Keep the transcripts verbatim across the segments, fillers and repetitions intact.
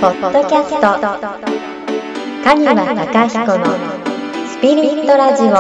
ポッドキャスト蟹場隆彦のスピリットラジオ。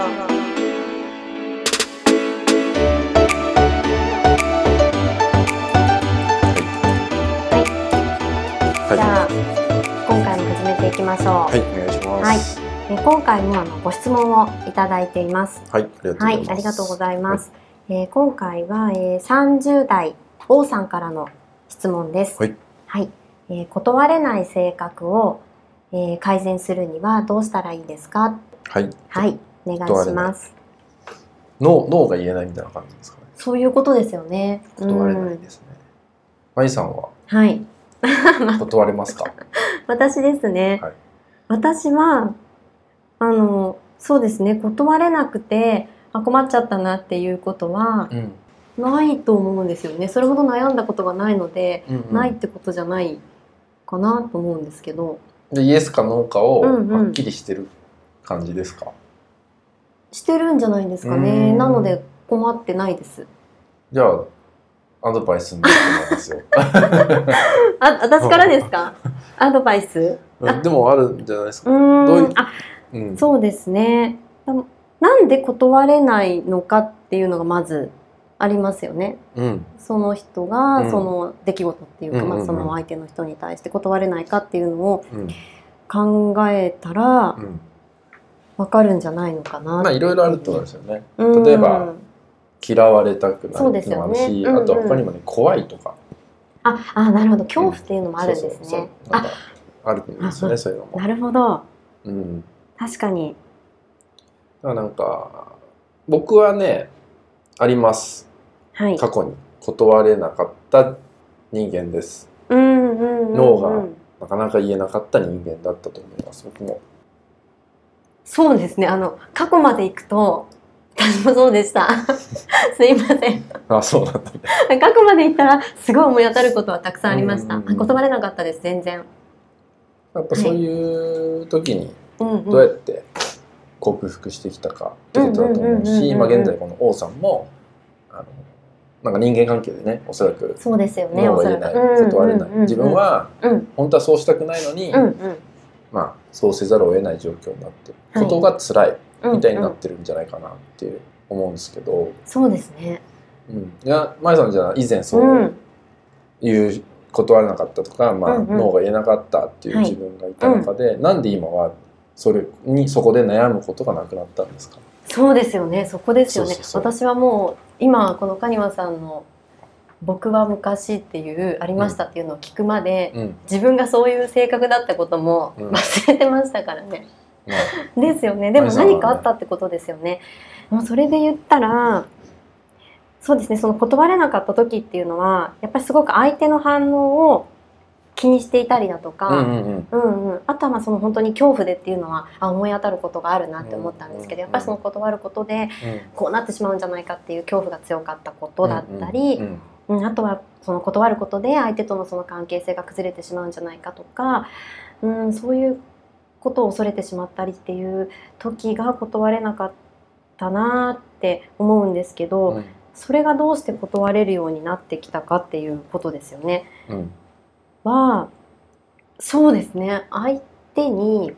はい、じゃあ今回も始めていきましょう。 はい、お願いします。 はい、え今回もあのご質問をいただいています。 はい、ありがとうございます。 はい、ありがとうございます。はい、えー、今回は、えー、さんじゅう代王さんからの質問です。 はい、 はい、えー、断れない性格を、えー、改善するにはどうしたらいいですか？ はい、 はい、お願いします。 ノー、ノーが言えないみたいな感じですかね。 そういうことですよね。 断れないですね。まいさんははい断れますか？ 私ですね、 はい、 私はあのそうですね、断れなくてあ困っちゃったなっていうことは、うんないと思うんですよね。それほど悩んだことがないので、うんうん、ないってことじゃないかなと思うんですけど。 でイエスかノーかをはっきりしてる感じですか？うんうん、 してるんじゃないですかね。なので困ってないです。 じゃあアドバイスになると思いますよあ、私からですか？アドバイスでもあるんじゃないですか。 うんどういうあ、うん、そうですね。なんで断れないのかっていうのがまずありますよね、うん、その人がその出来事っていうか、うんまあ、その相手の人に対して断れないかっていうのを考えたら分かるんじゃないのかなって。 まあいろいろあると思うんですよね。例えば嫌われたくないっていうのもあるし、ねうんうん、あとは他にもね怖いとかああなるほど恐怖っていうのもあるんですね。 ああるんですよねそういうのも。 なるほど、 うん、確かに。 だからなんか僕はねあります、はい、過去に断れなかった人間です。ノーがなかなか言えなかった人間だったと思います僕も。 そうですね、あの過去まで行くと私もそうでしたすいませんあ、そうなんだ、 ね、過去まで行ったらすごい思い当たることはたくさんありました。断れなかったです全然。 やっぱそういう時にどうやって克服してきたかってことだと思うし、今現在この王さんもあのなんか人間関係でねおそらくそうですよね、 ノーが言えない断れない自分は本当はそうしたくないのに、うんうん、まあそうせざるを得ない状況になってることが辛いみたいになってるんじゃないかなっていう思うんですけど、うんうん、 そうですね、 うん、いやまいさんじゃあ以前そういう断れなかったとか、まあ、うんうん、ノーが言えなかったっていう自分がいた中で、はいうん、なんで今はそれにそこで悩むことがなくなったんですか？ そうですよね、そこですよね。そうそうそう、私はもう今この蟹場さんの僕は昔っていうありましたっていうのを聞くまで、うん、自分がそういう性格だったことも忘れてましたからね、うん、ですよね。でも何かあったってことですよね。もうそれで言ったらそうですね、その断れなかった時っていうのはやっぱりすごく相手の反応を気にしていたりだとか、あとはまあその本当に恐怖でっていうのはあ思い当たることがあるなって思ったんですけど、やっぱりその断ることでこうなってしまうんじゃないかっていう恐怖が強かったことだったり、うん、あとはその断ることで相手とのその関係性が崩れてしまうんじゃないかとか、うん、そういうことを恐れてしまったりっていう時が断れなかったなって思うんですけど、うん、それがどうして断れるようになってきたかっていうことですよね。うんはそうですね、相手に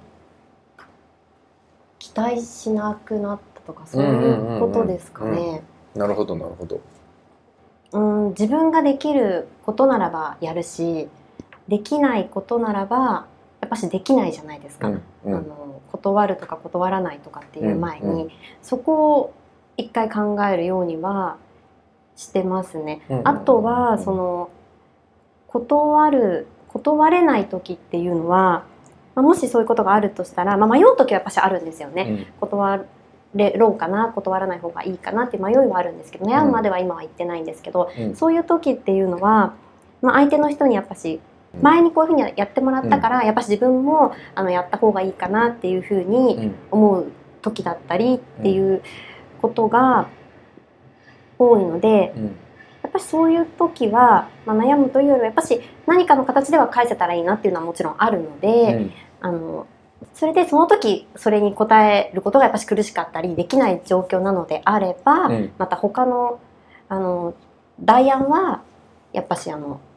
期待しなくなったとかそういうことですかね。 なるほどなるほど。 うん、自分ができることならばやるしできないことならばやっぱしできないじゃないですか、うんうん、あの断るとか断らないとかっていう前に、うんうん、そこを一回考えるようにはしてますね。うんうん、あとはその断る断れない時っていうのは、まあ、もしそういうことがあるとしたら、まあ、迷う時はやっぱしあるんですよね、うん、断れろうかな断らない方がいいかなって迷いはあるんですけど悩むまでは今は言ってないんですけど、うん、そういう時っていうのは、まあ、相手の人にやっぱし前にこういうふうにやってもらったから、うん、やっぱし自分もあのやった方がいいかなっていうふうに思う時だったりっていうことが多いので、うん、やっぱりそういう時は、まあ、悩むというよりはやっぱし何かの形では返せたらいいなっていうのはもちろんあるので、うん、あのそれでその時それに応えることがやっぱし苦しかったりできない状況なのであれば、うん、また他の、あの代案はやっぱしあの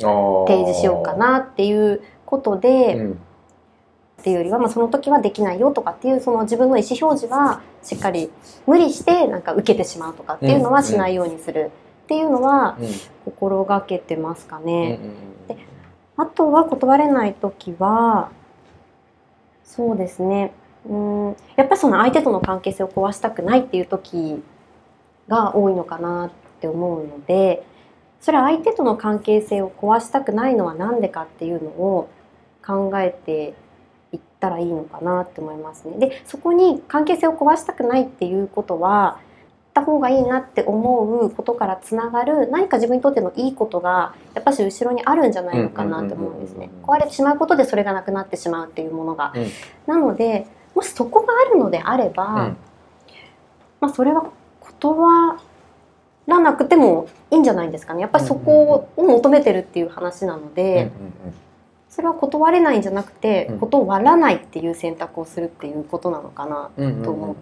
提示しようかなっていうことで、うん、っていうよりは、まあ、その時はできないよとかっていうその自分の意思表示はしっかり無理してなんか受けてしまうとかっていうのはしないようにするっていうのは心がけてますかね。であとは断れない時はそうですね、うんやっぱりその相手との関係性を壊したくないっていう時が多いのかなって思うので、それは相手との関係性を壊したくないのは何でかっていうのを考えていったらいいのかなって思いますね。でそこに関係性を壊したくないっていうことはった方がいいなって思うことからつながる何か自分にとってのいいことがやっぱし後ろにあるんじゃないのかなって思うんですね。壊れてしまうことでそれがなくなってしまうっていうものが、うん、なのでもしそこがあるのであれば、うん、まあそれは断らなくてもいいんじゃないですかね。やっぱりそこを求めてるっていう話なので、それは断れないんじゃなくて断らないっていう選択をするっていうことなのかなと思って、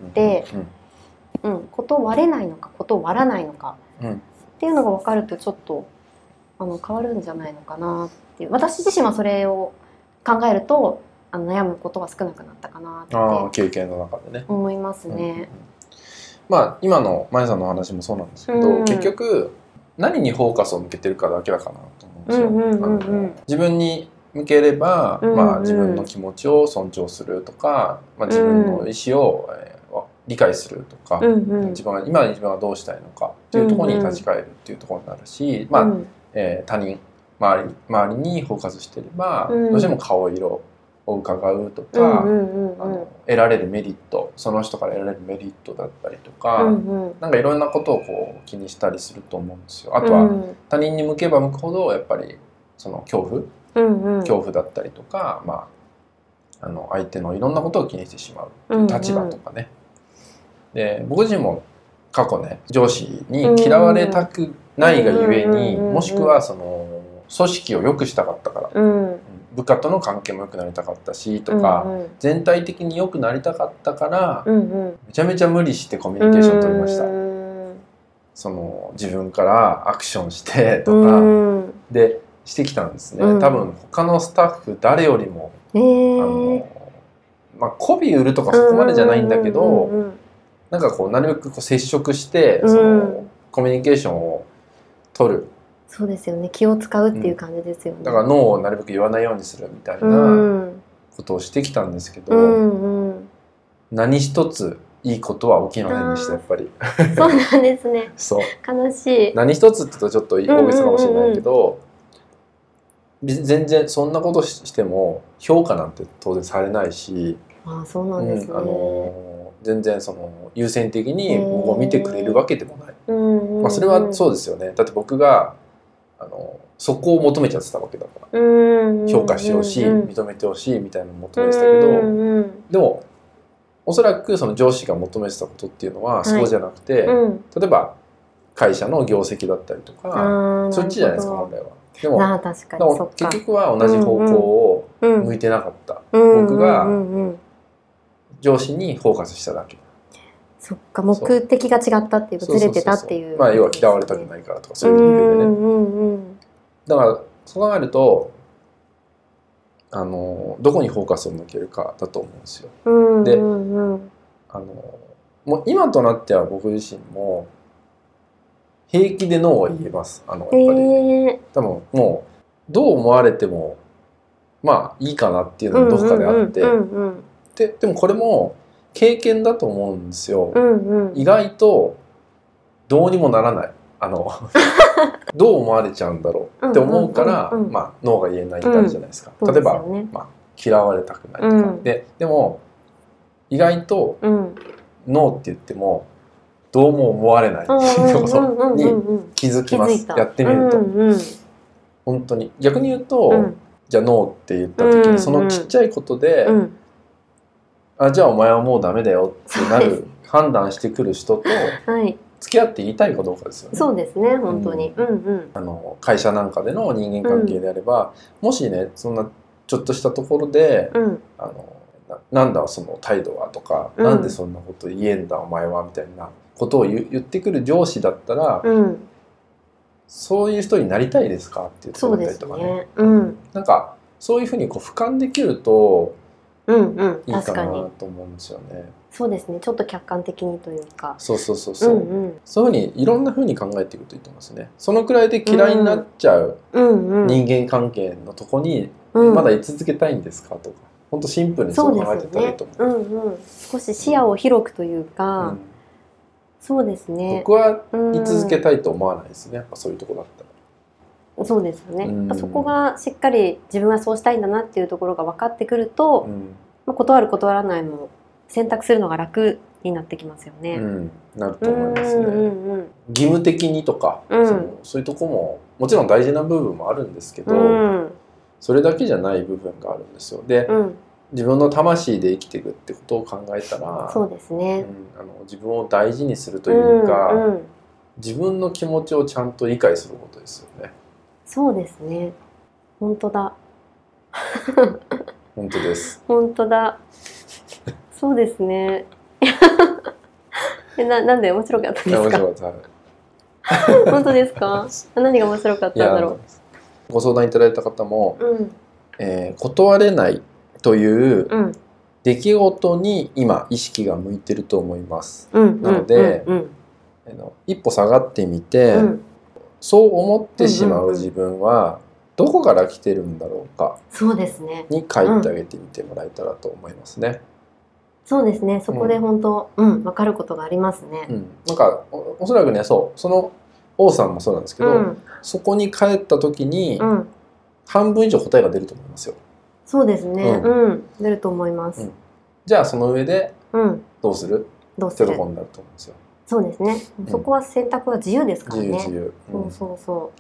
うん、断れないのか断らないのかっていうのが分かるとちょっとあの変わるんじゃないのかなっていう、私自身はそれを考えるとあの悩むことは少なくなったかなってあ経験の中でね思いますね。うんうん、 まあ今のまゆさんの話もそうなんですけど、うん、結局何にフォーカスを向けてるかだけだかなと思うんですよ。自分に向ければ、うんうん、まあ、自分の気持ちを尊重するとか、まあ、自分の意思を、えー、理解するとか、うんうん、自分は今自分はどうしたいのかっていうところに立ち返るっていうところになるし、うんうん、まあえー、他人周り、周りにフォーカスしてれば、うん、どうしても顔色を伺うとか、得られるメリット、その人から得られるメリットだったりとか、うんうん、なんかいろんなことをこう気にしたりすると思うんですよ。あとは、うん、他人に向けば向くほどやっぱりその恐怖、うんうん、恐怖だったりとか、まあ、あの相手のいろんなことを気にしてしまう立場とかね、うんうん、で僕自身も過去ね上司に嫌われたくないがゆえに、もしくはその組織を良くしたかったから、うん、部下との関係も良くなりたかったしとか、うんうん、全体的に良くなりたかったから、うんうん、めちゃめちゃ無理してコミュニケーションを取りました。その自分からアクションしてとか、うん、でしてきたんですね。うん、多分他のスタッフ誰よりも、えー、あのまあ媚び売るとかそこまでじゃないんだけど、なんかこうなるべくこう接触して、うん、そのコミュニケーションを取る。 そうですよね。気を使うっていう感じですよね。 うん、だからノーをなるべく言わないようにするみたいなことをしてきたんですけど、うんうん、何一ついいことは起きませんでした、やっぱり。 そうなんですね。 そう悲しい。 何一つって言うとちょっと大げさかもしれないけど、うんうんうん全然そんなことしても評価なんて当然されないし、 ああそうなんですね、うん、あの全然その優先的に僕を見てくれるわけでもない、えーまあ、それはそうですよね。だって僕があのそこを求めちゃってたわけだから、うん、評価してほしい、うん、認めてほしいみたいなのを求めてたけど、うん、でもおそらくその上司が求めてたことっていうのはそうじゃなくて、はいうん、例えば会社の業績だったりとかそっちじゃないですか本来は。でもあ確かにそっか結局は同じ方向を向いてなかった、うんうん、僕が上司にフォーカスしただけ。 そっか目的が違ったっていうかずれてたっていう、 まあ要は嫌われたくないからとかそういう理由でね、うんうんうん、だからそう考えるとあのどこにフォーカスを向けるかだと思うんですよ、うんうんうん、であのもう今となっては僕自身も平気でノーは言えます。あのやっぱり、えー、多分もうどう思われてもまあいいかなっていうのがどこかであって、ででもこれも経験だと思うんですよ。うんうん、意外とどうにもならない。あのどう思われちゃうんだろうって思うから、まあノーが言えないってあるじゃないですか。うん、例えば、ねまあ、嫌われたくないとか、うん、ででも意外と、うん、ノーって言ってもどうも思われないっていうことに気づきます。やってみると、うんうん、本当に逆に言うと、うん、じゃあノーって言った時に、うんうん、そのちっちゃいことで、うん、あじゃあお前はもうダメだよってなる判断してくる人と付き合って言いたいかどうかですよね。 そうですね本当に、うんうん、 あの会社なんかでの人間関係であれば、うん、もしねそんなちょっとしたところで、うん、あの な, なんだその態度はとか、うん、なんでそんなこと言えんだお前はみたいなことを 言, 言ってくる上司だったら、うん、 そういう人になりたいですかって言ってもらったりとかね。 そうですね、うん、 なんかそういうふうにこう俯瞰できるとうんうん、 いいかなと思うんですよね。 そうですね、ちょっと客観的にというか。 そうそうそうそう、うんうん、そういうふうにいろんなふうに考えていくといいと思いますね。そのくらいで嫌いになっちゃう人間関係のとこにまだ居続けたいんですかとか、本当シンプルにそう考えていったらいいと思う。 そうですね、うんうん、少し視野を広くというか、うん、そうですね。 僕は居続けたいと思わないですね。やっぱそういうとこだったら。 そうですよね。うん、そこがしっかり自分はそうしたいんだなっていうところが分かってくると、うん、まあ、断る断らないも選択するのが楽になってきますよね。 うん、なると思いますね。うんうんうん、義務的にとか、うん、そのそういうとこももちろん大事な部分もあるんですけど、うん、それだけじゃない部分があるんですよ。で、うん、自分の魂で生きていくってことを考えたら、 そうですね、 うん、あの自分を大事にするというか、うんうん、自分の気持ちをちゃんと理解することですよね。 そうですね。本当だ。 本当です。 本当だ。そうですね。え、な、なんで面白かったですか。面白かった。本当ですか。何が面白かったんだろう。 ご相談いただいた方も、うん、えー、断れないという出来事に今意識が向いてると思います。うん、なので、うんうんうん、一歩下がってみて、うん、そう思ってしまう自分はどこから来てるんだろうか。 そうですね。 に書いてあげてみてもらえたらと思いますね。 そうですね。そこで本当、うん、うん、分かることがありますね。 うん、なんか お, おそらくね、そうその王さんもそうなんですけど、うん、そこに帰った時に、うん、半分以上答えが出ると思いますよ。 そうですね。うん、うん、出ると思います。うん、 じゃあその上でどうする？うん、どうする？ってとこになると思うんですよ。 そうですね。そこは選択は自由ですからね。 自由自由。 うん、そうそうそう。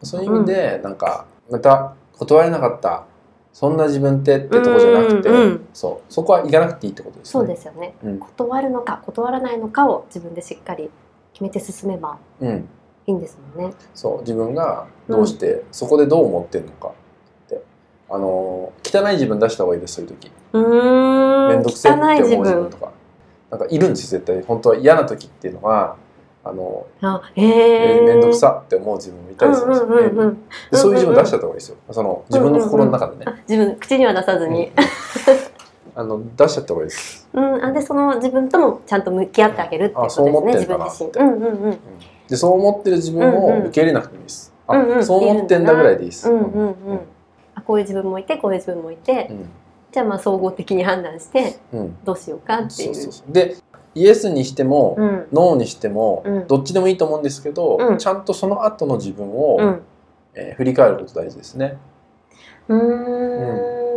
そういう意味で、なんかまた断れなかった。そんな自分ってってとこじゃなくて、うんうん、そうそこは行かなくていいってことですね。 そうですよね、うん、断るのか断らないのかを自分でしっかり決めて進めばいいんですもんね。 うん、そう自分がどうして、うん、そこでどう思ってるのかってあの汚い自分出した方がいいです。そういう時うーん面倒くせえって思う自分とかなんかいるんですよ絶対。本当は嫌な時っていうのはあのあ、えー、面倒くさって思う自分もいたりするんですよね、うんうんうん、でそういう自分を出しちゃった方がいいですよ。その自分の心の中でね、うんうんうん、 自分口には出さずに、うん、 あの出しちゃった方がいいです、 うん、あでその自分ともちゃんと向き合ってあげるっていうことですね。自分自身、うんうんうん、 でそう思ってる自分を受け入れなくてもいいです、うんうん、あ、そう思ってんだぐらいでいいです、うんうんうんうん、 あこういう自分もいてこういう自分もいて、うん、じゃあまあ総合的に判断してどうしようかっていう、うん、そうそうそうでイエスにしても、うん、ノーにしても、うん、どっちでもいいと思うんですけど、うん、ちゃんとその後の自分を、うんえー、振り返ること大事ですね。うーん、うん、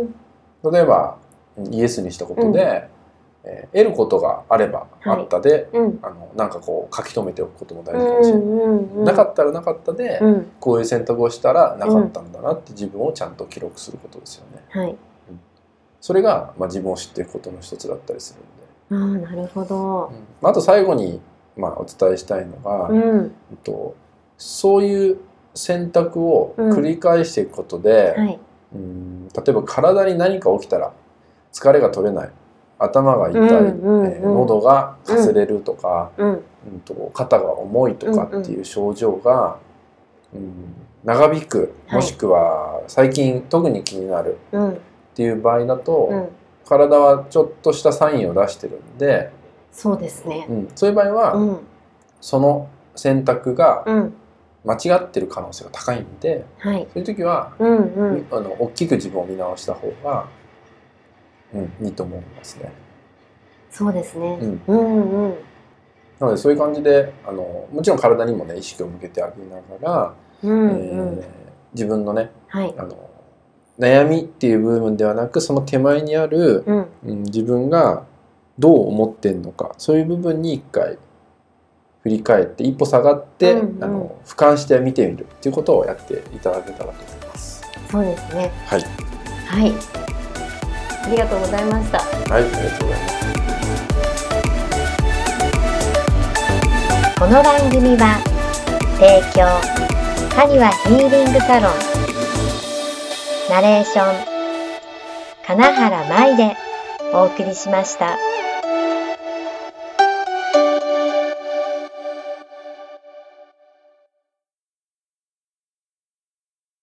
例えばイエスにしたことで、うんえー、得ることがあればあったで、はい、あのなんかこう書き留めておくことも大事かもしれない、うんうんうん、なかったらなかったで、うん、こういう選択をしたらなかったんだなって自分をちゃんと記録することですよね。はいうん、それが、まあ、自分を知っていくことの一つだったりするんで。 あなるほど、 うん、あと最後に、まあ、お伝えしたいのが、うんえっと、そういう選択を繰り返していくことで、うんはい、うん例えば体に何か起きたら疲れが取れない頭が痛い、うんうんうんえー、喉がかすれるとか、うんうん、と肩が重いとかっていう症状が、うんうん、長引くもしくは最近特に気になるっていう場合だと、うん体はちょっとしたサインを出してるんでそうですね、 うん、そういう場合は、うん、その選択が間違ってる可能性が高いんで、うん、そういう時は、うんうん、あの大きく自分を見直した方が、うん、いいと思いますね。 そうですね、うんうんうん、 なのでそういう感じであのもちろん体にもね意識を向けてあげながら、うんうんえー、自分のね、はい、あの悩みっていう部分ではなくその手前にある、うんうん、自分がどう思ってんのかそういう部分に一回振り返って一歩下がって、うんうん、あの俯瞰して見てみるっていうことをやっていただけたらと思います。 そうですね。 はい。 はい。ありがとうございました。 はい、ありがとうございます。 この番組は提供カニワヒーリングサロンナレーション金原舞でお送りしました。